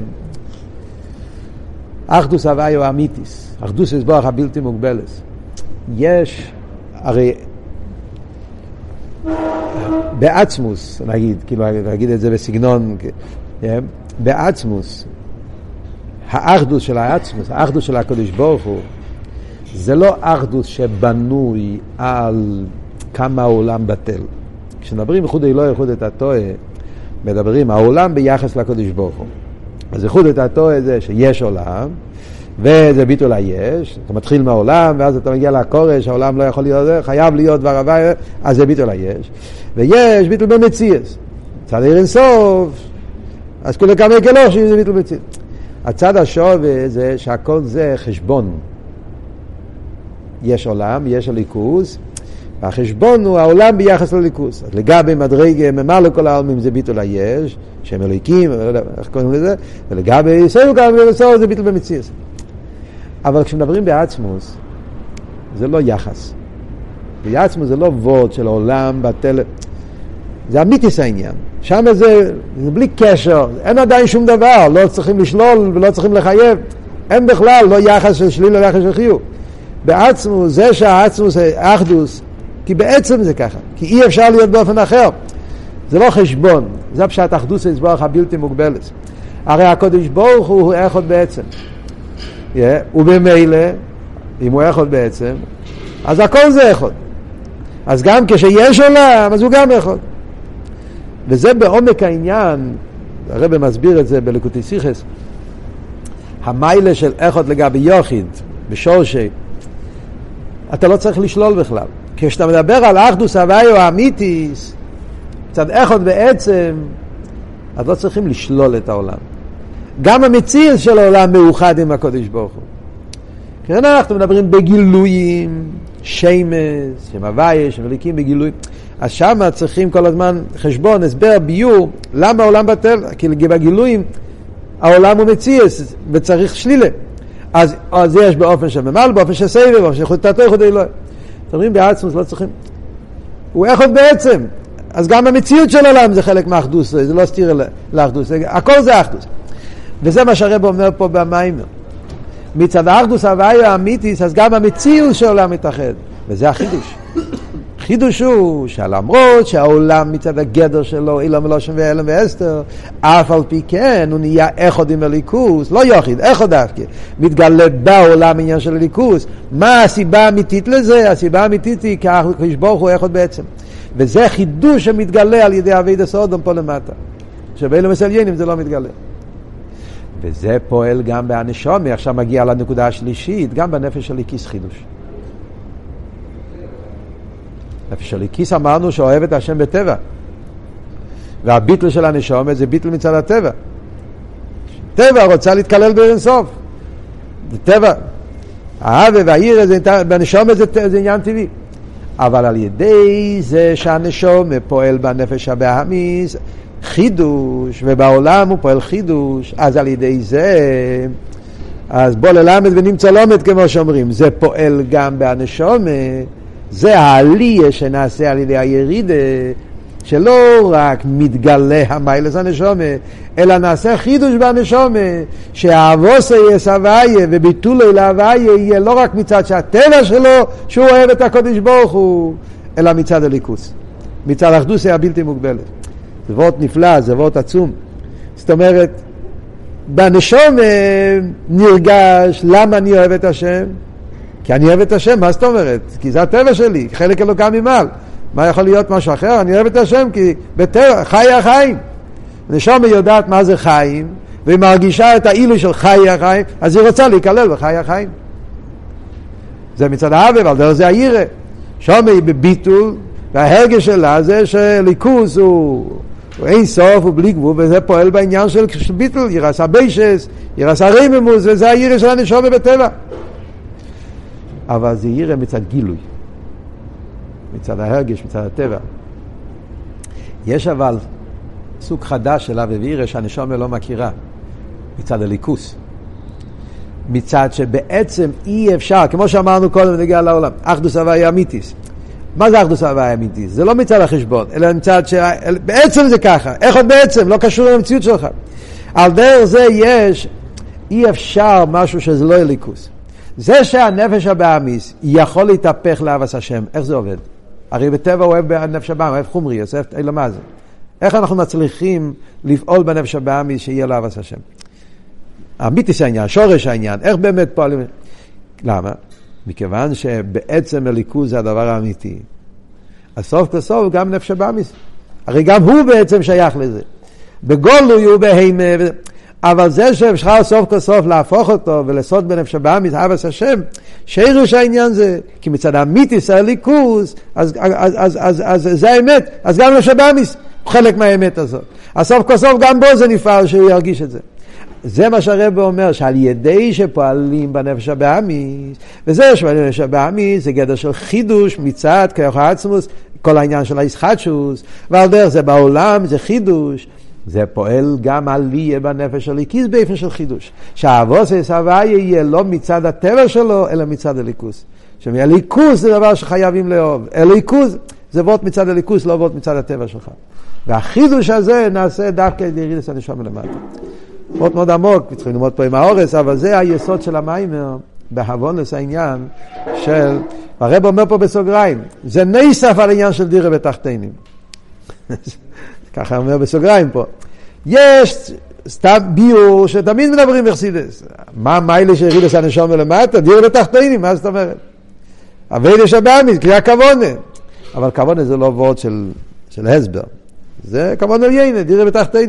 אחדוס הוואי הוא אמיתיס, אחדוס הסבורך הבלתי מוגבלת. יש, הרי בעצמוס, נגיד, כאילו נגיד את זה בסגנון, בעצמוס, האחדוס של העצמוס, האחדוס של הקדוש ברוך הוא, זה לא אחדוס שבנוי על כמה העולם בטל. כשנדברים ייחוד אלוהי ייחוד את התורה, מדברים העולם ביחס לקדוש ברוך הוא. אז ייחוד את התורה זה שיש עולם, וזה ביטול היש, אתה מתחיל מהעולם, ואז אתה מגיע לקורש, העולם לא יכול להיות, חייב להיות דבר הוואי, אז זה ביטול היש. ויש ביטול במציאס. צד עיר אינסוף, אז כולה כמה יקלוש, זה ביטול במציאס. הצד השווה זה שהכל זה חשבון. יש עולם, יש הליכוס, והחשבון הוא העולם ביחס לליכוס. אז לגבי מדרגה, ממלא כל העלמים זה ביטול היש, שהם אלוהיקים, איך קוראים לזה, ולגבי ישראל כמה זה ביטול במציאס. אבל כשמדברים בעצמוס, זה לא יחס. בעצמוס זה לא וורד של העולם בטל... זה אמיתיס העניין. שם זה בלי קשר, אין עדיין שום דבר, לא צריכים לשלול ולא צריכים לחייב. אין בכלל, לא יחס של שליל, לא יחס של חיוב. בעצמוס, זה שהעצמוס זה אחדוס, כי בעצם זה ככה. כי אי אפשר להיות באופן אחר. זה לא חשבון. זה פשט אחדוס הסבורך הבלתי מוגבלת. הרי הקדוש ברוך הוא אחד בעצם. ובמילא, אם הוא אחד בעצם, אז הכל זה אחד. אז גם כשיש עולם, אז הוא גם אחד. וזה בעומק העניין, הרב מסביר את זה בליקוטי שיחס. המיילה של אחד לגבי יחיד בשורשי, אתה לא צריך לשלול בכלל. כשאתה מדבר על אחדוס הוויה האמיתיס, מצד אחד בעצם, אז לא צריכים לשלול את העולם. גם המציאות של העולם מאוחד עם הקודש ברוך הוא. כן, אנחנו מדברים בגילויים, שמש, שם הוויה, שם הליקים בגילויים. אז שם צריכים כל הזמן חשבון, הסבר, ביור, למה העולם בטל? כי בגילויים העולם הוא מציאות וצריך שלילה. אז יש באופן של ממל, באופן של סבב, באופן של חוטתו, יחוד אלוהי. אתם אומרים בעצמוס, לא צריכים. הוא אחד בעצם. אז גם המציאות של העולם זה חלק מהאחדוס, זה לא סתיר לאחדוס, הכל זה האחדוס. וזה מה שהרב אומר פה במיימר. מצד האחדוס הוויה האמיתיס, אז גם המציאות של העולם מתאחד. וזה החידוש. חידוש הוא שלמרות שהעולם מצד הגדר שלו, אילם ולושם ואלם ואסתר, אף על פי כן הוא נהיה אחד עם הליכוס, לא יחיד, אחד דווקא, מתגלה בעולם עניין של הליכוס. מה הסיבה האמיתית לזה? הסיבה האמיתית היא כי הקדוש ברוך הוא אחד בעצם. וזה חידוש שמתגלה על ידי עבודת סודום פה למטה. שבאילו מסליינים זה לא מתגלה. וזה פועל גם בהנשמה, עכשיו מגיע לנקודה השלישית, גם בנפש הליקיס חידוש. נפש הליקיס אמרנו שאוהב את השם בטבע. והביטל של הנשמה זה ביטל מצד הטבע. טבע רוצה להתקלל באין סוף. זה טבע. האהבה והעיר בנשמה זה עניין טבעי. אבל על ידי זה שהנשמה פועל בנפש הבאמיס חידוש, ובעולם הוא פועל חידוש, אז על ידי זה, אז בוא ללמד ונמצא לומד כמו שאומרים, זה פועל גם בהנשמה, זה העלייה שנעשה על ידי הירידה, שלא רק מתגלה המיילס הנשמה, אלא נעשה חידוש בהנשמה, שהאבוס יסוויה וביטולו להוויה יהיה לא רק מצד שהטבע שלו, שהוא אוהב את הקודש ברוך הוא, אלא מצד הליכוס, מצד האחדות הבלתי מוגבלת. זה וורט נפלא, זה וורט עצום. זאת אומרת, בנשמה נרגש למה אני אוהב את השם, כי אני אוהב את השם. מה זאת אומרת? כי זה הטבע שלי, חלק אלוקה ממעל. מה יכול להיות משהו אחר? אני אוהב את השם כי בטבע, חי החיים. נשמה יודעת מה זה חיים, והיא מרגישה את האילו של חי החיים, אז היא רוצה להיכלל בחי החיים. זה מצד האהבה, אבל דרך זה היראה. שמה היא בביטול, וההרגש שלה זה שליכוס הוא אין סוף, הוא בלי גבול, וזה פועל בעניין של ביטול, ירס הביישס, ירס הרממוס, וזה היראה של הנשמה בטבע. אבל זה יראה מצד גילוי. מצד ההרגש, מצד הטבע. יש אבל סוג חדש של אהבה ויראה שהנשמה לא מכירה, מצד הליכוס. מצד שבעצם אי אפשר, כמו שאמרנו קודם נגיע לעולם, אחדוס הוויה אמיתיס. מה זה אחדוס הוויה אמיתיס? זה לא מצד החשבון, אלא מצד בעצם זה ככה. איך עוד בעצם? לא קשור למציאות שלך. על דרך זה יש, אי אפשר משהו שזה לא הליכוס. זה שהנפש הבאמיס יכול להתהפך לאהבת השם, איך זה עובד? הרי בטבע הוא אוהב בנפש הבאמיס, אוהב חומרי, אלא מה זה? איך אנחנו מצליחים לפעול בנפש הבאמיס שיהיה לאהבת השם? אמיתיס העניין, שורש העניין, איך באמת פועלים? למה? מכיוון שבעצם הליכוז זה הדבר האמיתי. הסוף כסוף גם נפש הבאמיס. הרי גם הוא בעצם שייך לזה. בגולוי הוא בהימה, אבל זה שאפשר סוף כסוף להפוך אותו ולסוד בנפש הבאמיס, אהבת השם, שירוש העניין זה, כי מצד האמיתיס הליכוז, אז זה האמת, אז גם נפש הבאמיס הוא חלק מהאמת הזאת. הסוף כסוף גם בו זה נפעל שהוא ירגיש את זה. זה מה שהרב אומר, שעל ידי שפועלים בנפש הבאמיס, וזה שבנפש הבאמיס זה גדר של חידוש מצד כוח העצמוס, כל העניין של הישחטשוס, ועל דרך זה בעולם זה חידוש, זה פועל גם עלייה בנפש הליקיס באופן של חידוש, שהאבוס יסוויה יהיה לא מצד הטבע שלו, אלא מצד הליכוס. שהליכוס זה דבר שחייבים לאהוב, הליכוס זה וורט מצד הליכוס, לא וורט מצד הטבע שלך. והחידוש הזה נעשה דווקא ירידת הנשמה למטה. מאוד מאוד עמוק, צריכים ללמוד פה עם האורס, אבל זה היסוד של המיימר, בהבונס העניין של, הרב אומר פה בסוגריים, זה נסף על העניין של דירה בתחתינים. ככה אומר בסוגריים פה. יש סתם ביור שתמיד מדברים בחסידות. מה מיילה שירידת הנשמה למטה? דירה בתחתינים, מה זאת אומרת? אבל יש הבאמיס, כי הכוונה. אבל כוונה זה לא וורט של הסבר. זה כוונה יינה, דירה בתחתינים.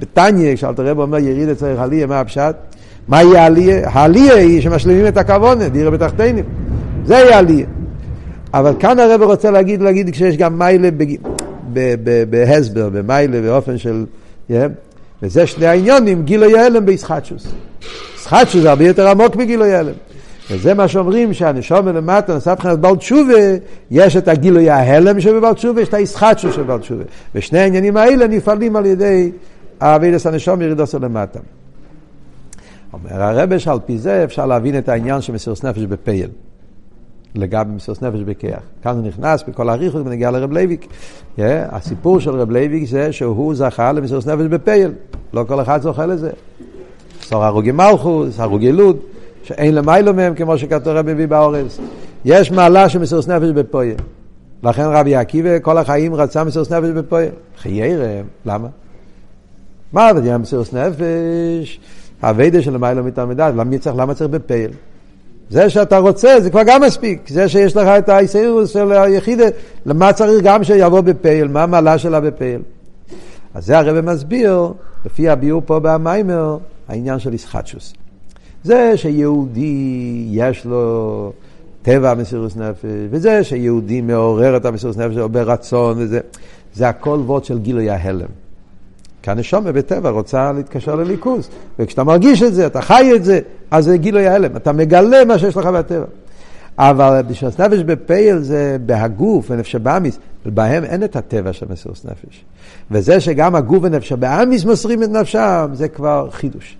בתניא, כשאלתר רבי אומר ירידה צריך עלייה, מה הפשט? מה יהיה עלייה? העלייה היא שמשלימים את הכוונה, דירה בתחתינים. זה יהיה עלייה. אבל כאן הרב רוצה להגיד כשיש גם מיילה בהסבר, במיילה באופן של... וזה שני העניונים, גילוי ההלם בישחטשוס. ישחטשוס זה הרבה יותר עמוק בגילוי ההלם. וזה מה שאומרים שהנשום למטה, נעשה מבחינת בעל תשובה, יש את הגילוי ההלם שבבעל תשובה, יש את הישחטשוס שבבעל תשובה. ושני העניינים האלה נפעלים על ידי העבודת הנשום ירידות למטה. אומר הרב שעל פי זה אפשר להבין את העניין של מסירות נפש בפייל. לגבי מסירות נפש בכיח. כאן הוא נכנס בכל הריחוק ונגיע לרב לייביק. הסיפור של רב לייביק זה שהוא זכה למסירות נפש בפייל. לא כל אחד זוכה לזה. סור הרוגי מלכוס, הרוגי לוד, שאין למיילו מהם כמו שכתוב רב מביא באורס. יש מעלה של מסירות נפש בפייל. לכן רבי עקיבא כל החיים רצה מסירות נפש בפייל. חיירם, למה? מה זה מסירות נפש? העבודה של למיילו מתעמדת, למה צריך בפייל? זה שאתה רוצה, זה כבר גם מספיק. זה שיש לך את האיסאירוס של היחידה, למה צריך גם שיבוא בפייל? מה המעלה שלה בפייל? אז זה הרב מסביר, לפי הביאור פה במיימר, העניין של ישחטשוס. זה שיהודי יש לו טבע מסירות נפש, וזה שיהודי מעורר את המסירות נפש או ברצון, וזה, זה הכל וורד של גילוי ההלם. כי הנשמה בטבע רוצה להתקשר לליכוז, וכשאתה מרגיש את זה, אתה חי את זה, אז זה גילוי ההלם, אתה מגלה מה שיש לך בטבע. אבל מסירות נפש בפייל זה בהגוף ונפש באמיס, ובהם אין את הטבע של מסירות נפש. וזה שגם הגוף ונפש באמיס מוסרים את נפשם, זה כבר חידוש.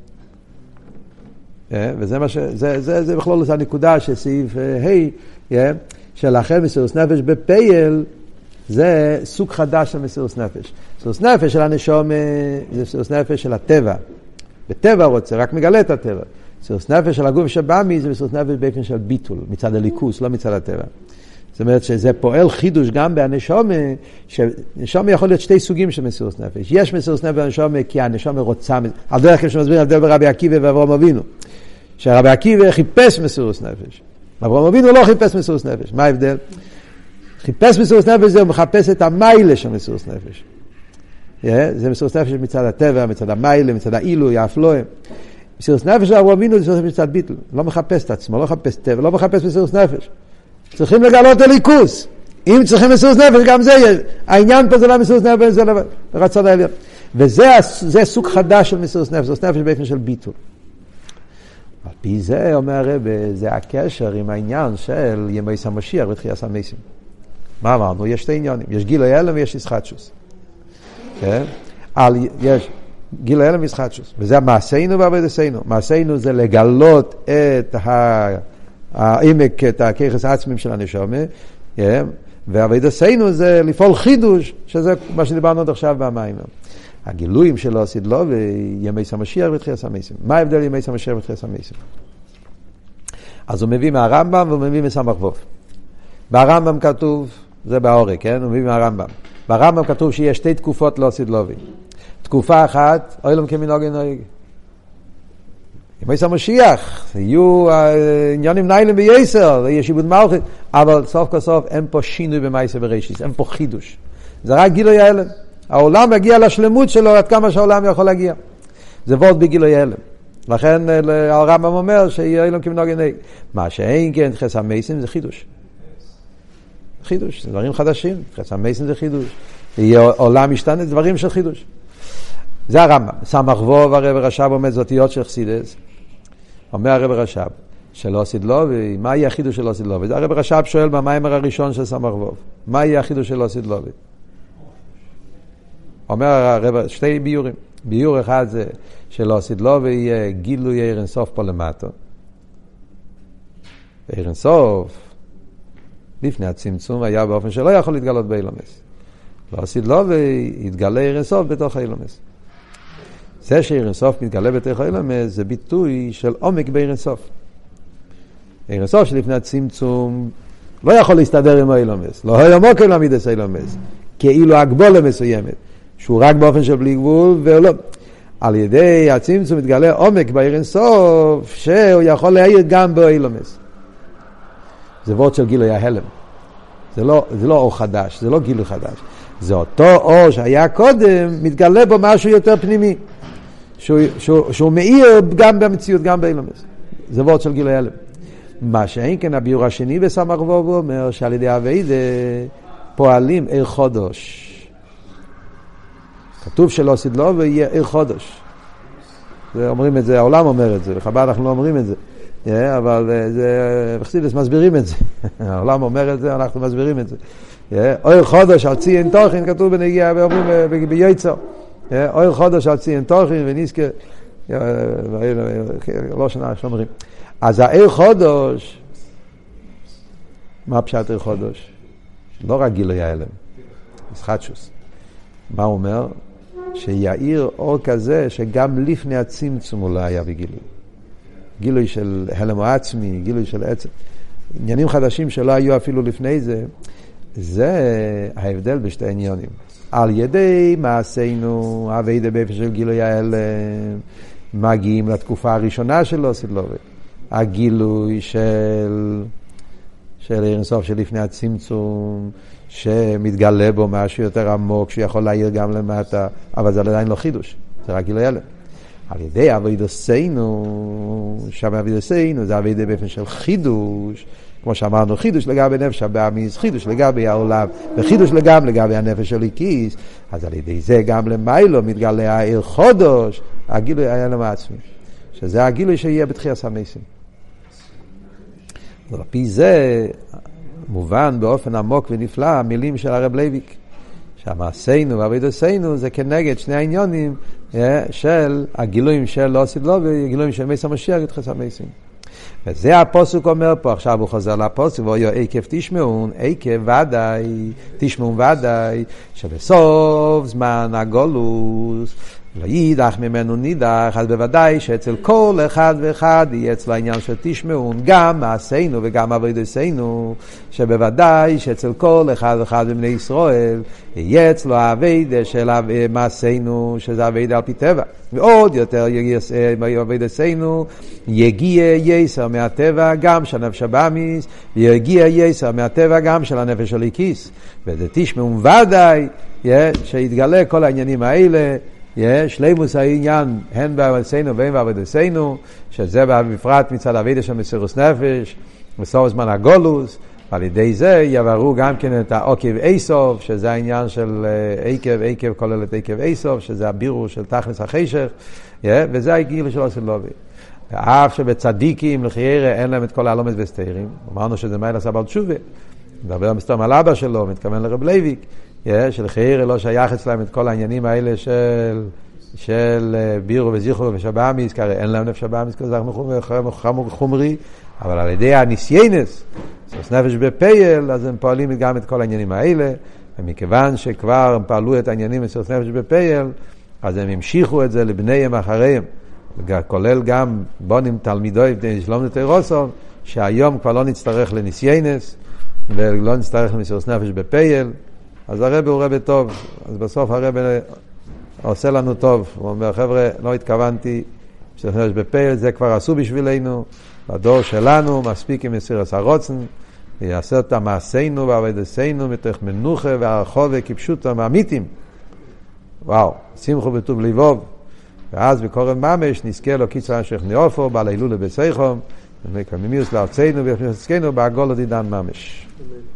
וזה מה זה בכלול זה הנקודה שסעיף שלכן מסירות נפש בפייל, זה סוג חדש של מסירות נפש. מסירות נפש של הנשום זה מסירות נפש של הטבע. בטבע רוצה, רק מגלה את הטבע. מסירות נפש של הגוף שבאמי זה מסירות נפש באופן של ביטול, מצד הליכוס, לא מצד הטבע. זאת אומרת שזה פועל חידוש גם בהנשום, שנשום יכול להיות שתי סוגים של מסירות נפש. יש מסירות נפש בהנשום כי הנשום רוצה, על דרך כלל שמסביר הבדל ברבי עקיבא ואברהם אבינו, שרבי עקיבא חיפש מסירות נפש. אברהם אבינו לא חיפש מסירות נפש. מה ההבדל? חיפש מסירות נפש זה הוא מחפש את המיילה של מסירות נפש. זה מסירות נפש מצד הטבע, מצד המיילה, מצד העילוי, האפלואה. מסירות נפש של אברהם אבינו זה מסירות נפש מצד ביטול. לא מחפש את עצמו, לא מחפש טבע, לא מחפש מסירות נפש. צריכים לגלות הליכוס. אם צריכים מסירות נפש, גם זה יש. העניין פה זה לא מסירות נפש, זה רצון העליון. וזה סוג חדש של מסירות נפש, מסירות נפש באופן של ביטול. על פי זה אומר הרב, זה הקשר עם העניין של ימי המשיח ותחיית המתים. מה אמרנו? יש שתי עניינים. יש גילוי ההלם ויש ישחטשוס. יש גילוי ההלם וישחטשוס. וזה מעשינו ועבודתנו. מעשינו זה לגלות את העמק, את הכיחס העצמיים של הנשמה, ועבודתנו זה לפעול חידוש, שזה מה שדיברנו עד עכשיו במים. הגילויים שלו עשית לו וימי המשיח ותחיית המתים. מה ההבדל ימי המשיח ותחיית המתים? אז הוא מביא מהרמב"ם והוא מביא מסמך ווב. ברמב"ם כתוב, זה באורי, כן? הוא מביא מהרמב"ם. ברמב"ם כתוב שיש שתי תקופות לא עשית לו. תקופה אחת, אוילום כמנהג נוהג. ימי המשיח, יהיו עניינים ניילים בייסר, יש עיבוד מלכות, אבל סוף כל סוף אין פה שינוי במעשה בראשית, אין פה חידוש. זה רק גילוי ההלם. העולם מגיע לשלמות שלו עד כמה שהעולם יכול להגיע. זה וורט בגילוי ההלם. לכן הרמב"ם אומר שיהיה אילום כמנהג נוהג. מה שאין כן חס המתים זה חידוש. חידוש, זה דברים חדשים. חס המתים זה חידוש. יהיה עולם משתנה, דברים של חידוש. זה הרמב"ם. סמך ווב הרב רש"ב עומד זאתיות של חסידות. אומר הרב רש"ב שלא עשית לו, ומה יהיה החידוש שלא עשית לו? הרב רש"ב שואל במאמר הראשון של סמך ווב, מה יהיה החידוש שלא עשית לו? אומר הרב, שתי ביורים. ביור אחד זה שלא עשית לו, ויהיה גילוי עיר אינסוף פה למטה. עיר אינסוף, לפני הצמצום, היה באופן שלא יכול להתגלות באילומס. לא עשית לו, והתגלה עיר אינסוף בתוך האילומס. זה שעיר אינסוף מתגלה בתוך האילומס, זה ביטוי של עומק בעיר אינסוף. עיר אינסוף שלפני הצמצום, לא יכול להסתדר עם האילומס. לא היה מוקר למידס האילומס. כאילו הגבולה מסוימת. שהוא רק באופן של בלי גבול, ולא. על ידי הצמצום מתגלה עומק בעיר אינסוף, שהוא יכול להעיר גם באילומס. זה וורט של גילוי ההלם. זה לא אור חדש, זה לא גילוי חדש. זה אותו אור שהיה קודם, מתגלה בו משהו יותר פנימי, שהוא מאיר גם במציאות, גם באילומס. זה וורט של גילוי הלם. מה שאין כן הביור השני בסמ"ך וו אומר שעל ידי הווידה פועלים עיר חודש. כתוב שלא סדלו ויהיה עיר חודש. אומרים את זה, העולם אומר את זה, בחב"ד אנחנו לא אומרים את זה. אבל בחסידות מסבירים את זה. העולם אומר את זה, אנחנו מסבירים את זה. עיר חודש על ציין תוכן, כתוב בנגיעה, ואומרים ביוצר. עיר חודש על ציין תוכן ונזכר. לא שנה שאומרים. אז העיר חודש, מה פשט עיר חודש? לא רק גילוי ההלם, ישחטשוס. מה הוא אומר? שיעיר אור כזה שגם לפני הצמצום הוא לא היה בגילוי. גילוי של הלם העצמי, גילוי של עצם. עניינים חדשים שלא היו אפילו לפני זה, זה ההבדל בשתי עניונים. על ידי מעשינו, הווידה באופן של גילוי ההלם, מגיעים לתקופה הראשונה שלו, סדלובי. הגילוי של אינסוף של לפני הצמצום, שמתגלה בו משהו יותר עמוק, שיכול להעיר גם למטה, אבל זה עדיין לא חידוש, זה רק גילוי הלם. על ידי עבודתנו, שם עבודתנו, זה עבודה באופן של חידוש, כמו שאמרנו, חידוש לגבי נפש הבאמיס, חידוש לגבי העולם, וחידוש לגבי הנפש של הכיס, אז על ידי זה גם למיילו מתגלה העיר חודש, הגילוי ההלם העצמי, שזה הגילוי שיהיה בתחיית המתים. ולפי זה מובן באופן עמוק ונפלא המילים של הרב לייביק, שהמעשינו ועבודתנו זה כנגד שני העניונים של הגילויים של לא סדלו והגילויים של מייס המשיח בתחיית המתים. וזה הפוסק אומר פה, עכשיו הוא חוזר לפוסק, ואויו עקב תשמעון, עקב ודאי, תשמעון ודאי, שבסוף זמן הגולוס, לא יידח ממנו נידח, אז בוודאי שאצל כל אחד ואחד יהיה אצלו העניין של תשמעון, גם מעשינו וגם עבודתנו, שבוודאי שאצל כל אחד ואחד בבני ישראל יהיה אצלו העבודה של מעשינו, שזה עבודה על פי טבע. ועוד יותר עבודתנו יגיע יסר מהטבע גם של הנפש הבאמיס, ויגיע יסר מהטבע גם של הנפש של הכיס. וזה תשמעון ודאי שיתגלה כל העניינים האלה, שלימוס העניין הן בעבודתנו והן בעבודתנו, שזה בפרט מצד עבודה של מסירות נפש בסוף זמן הגולוס. על ידי זה יברו גם כן את העוקב איסוף, שזה העניין של עקב כולל את עקב איסוף, שזה הבירור של תכלס החשך, וזה הגילוי של עושה לובי. ואף שבצדיקים לחיירה אין להם את כל העלומות וסתירים, אמרנו שזה מיילה סבא תשובה, מדבר מסתום על אבא שלו, מתכוון לרב לייביק, שלחיירה לא שייך אצלם את כל העניינים האלה של בירו וזיכרו ושבאמיס, כי אין להם נפש הבאמיס כזה חומרי, אבל על ידי הניסיינס, סוס נפש בפייל, אז הם פועלים גם את כל העניינים האלה, ומכיוון שכבר הם פעלו את העניינים בסוס נפש בפייל, אז הם המשיכו את זה לבניהם אחריהם, כולל גם בונים תלמידוי בני שלום נתירוסום, שהיום כבר לא נצטרך לניסיינס, ולא נצטרך למסוס נפש בפייל, אז הרב הוא רב טוב, אז בסוף הרב עושה לנו טוב, הוא אומר, חבר'ה, לא התכוונתי, מסוס נפש בפייל, זה כבר עשו בשבילנו, בדור שלנו מספיק עם מסירות הרוצן, ויעשה אותה מעשינו ועבודתנו מתוך מנוחה והרחובה כפשוטו מהמיתים. וואו, שמחו בטוב לבוב, ואז בקורן ממש נזכה לו קיצר המשך נאופו, בעל הילולה בסייחום, ומקמימיוס לארצנו ויחסקנו בעגול עדידן ממש.